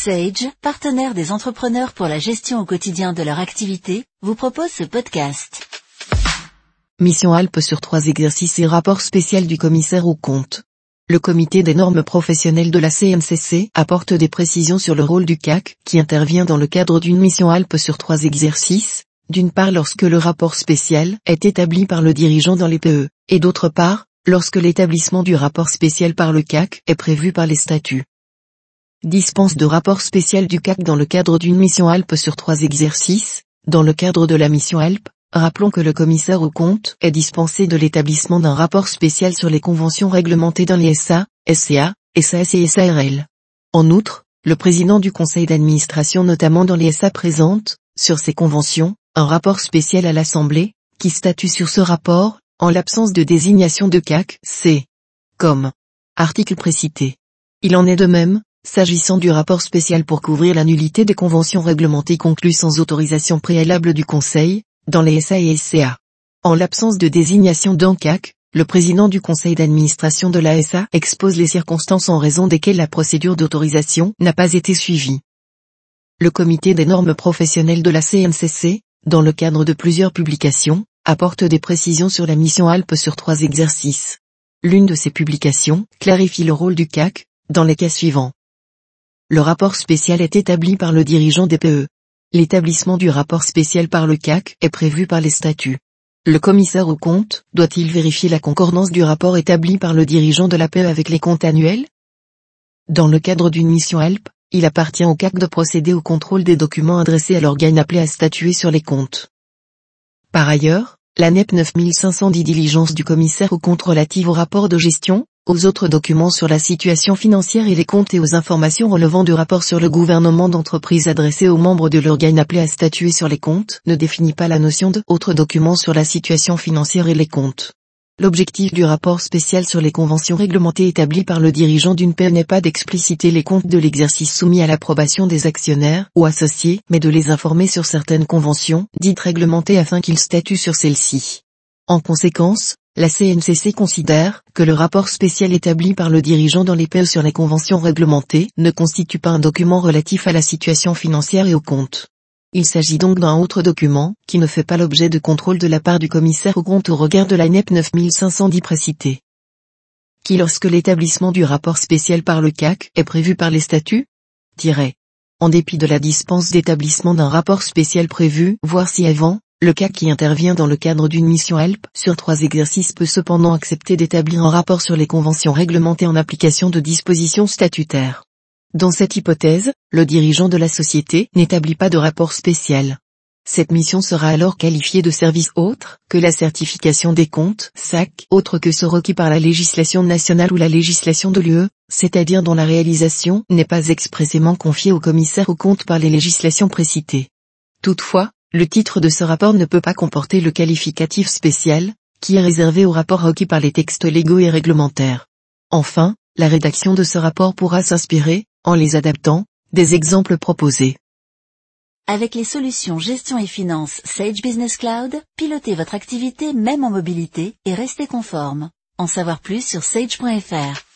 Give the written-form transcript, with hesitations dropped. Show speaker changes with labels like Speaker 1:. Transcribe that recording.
Speaker 1: Sage, partenaire des entrepreneurs pour la gestion au quotidien de leur activité, vous propose ce podcast.
Speaker 2: Mission Alpes sur 3 exercices et rapport spécial du commissaire aux comptes. Le comité des normes professionnelles de la CNCC apporte des précisions sur le rôle du CAC qui intervient dans le cadre d'une mission Alpes sur 3 exercices, d'une part lorsque le rapport spécial est établi par le dirigeant dans les PE, et d'autre part, lorsque l'établissement du rapport spécial par le CAC est prévu par les statuts. Dispense de rapport spécial du CAC dans le cadre d'une mission Alpes sur 3 exercices. Dans le cadre de la mission Alpes, rappelons que le commissaire aux comptes est dispensé de l'établissement d'un rapport spécial sur les conventions réglementées dans les SA, SCA, SAS et SARL. En outre, le président du conseil d'administration notamment dans les SA présente, sur ces conventions, un rapport spécial à l'Assemblée, qui statue sur ce rapport, en l'absence de désignation de CAC, C. Comme. Article précité. Il en est de même, s'agissant du rapport spécial pour couvrir la nullité des conventions réglementées conclues sans autorisation préalable du Conseil, dans les SA et SCA. En l'absence de désignation d'un CAC, le président du conseil d'administration de la SA expose les circonstances en raison desquelles la procédure d'autorisation n'a pas été suivie. Le comité des normes professionnelles de la CNCC, dans le cadre de plusieurs publications, apporte des précisions sur la mission Alpes sur 3 exercices. L'une de ces publications clarifie le rôle du CAC, dans les cas suivants. Le rapport spécial est établi par le dirigeant des PE. L'établissement du rapport spécial par le CAC est prévu par les statuts. Le commissaire aux comptes doit-il vérifier la concordance du rapport établi par le dirigeant de la PE avec les comptes annuels? Dans le cadre d'une mission Alpes, il appartient au CAC de procéder au contrôle des documents adressés à l'organe appelé à statuer sur les comptes. Par ailleurs, la NEP 9510 diligence du commissaire aux comptes relative au rapport de gestion, aux autres documents sur la situation financière et les comptes et aux informations relevant du rapport sur le gouvernement d'entreprise adressé aux membres de l'organe appelé à statuer sur les comptes ne définit pas la notion de autres documents sur la situation financière et les comptes. L'objectif du rapport spécial sur les conventions réglementées établies par le dirigeant d'une PE n'est pas d'expliciter les comptes de l'exercice soumis à l'approbation des actionnaires ou associés, mais de les informer sur certaines conventions, dites réglementées afin qu'ils statuent sur celles-ci. En conséquence, la CNCC considère que le rapport spécial établi par le dirigeant dans les PE sur les conventions réglementées ne constitue pas un document relatif à la situation financière et aux comptes. Il s'agit donc d'un autre document, qui ne fait pas l'objet de contrôle de la part du commissaire aux comptes au regard de la NEP 9510 précitée. Qui lorsque l'établissement du rapport spécial par le CAC est prévu par les statuts? En dépit de la dispense d'établissement d'un rapport spécial prévu, voire si avant, le CAC qui intervient dans le cadre d'une mission Alpes sur 3 exercices peut cependant accepter d'établir un rapport sur les conventions réglementées en application de dispositions statutaires. Dans cette hypothèse, le dirigeant de la société n'établit pas de rapport spécial. Cette mission sera alors qualifiée de service autre que la certification des comptes, SAC, autre que ce requis par la législation nationale ou la législation de l'UE, c'est-à-dire dont la réalisation n'est pas expressément confiée au commissaire aux comptes par les législations précitées. Toutefois, le titre de ce rapport ne peut pas comporter le qualificatif spécial, qui est réservé aux rapports requis par les textes légaux et réglementaires. Enfin, la rédaction de ce rapport pourra s'inspirer, en les adaptant, des exemples proposés.
Speaker 1: Avec les solutions gestion et finance Sage Business Cloud, pilotez votre activité même en mobilité et restez conforme. En savoir plus sur sage.fr.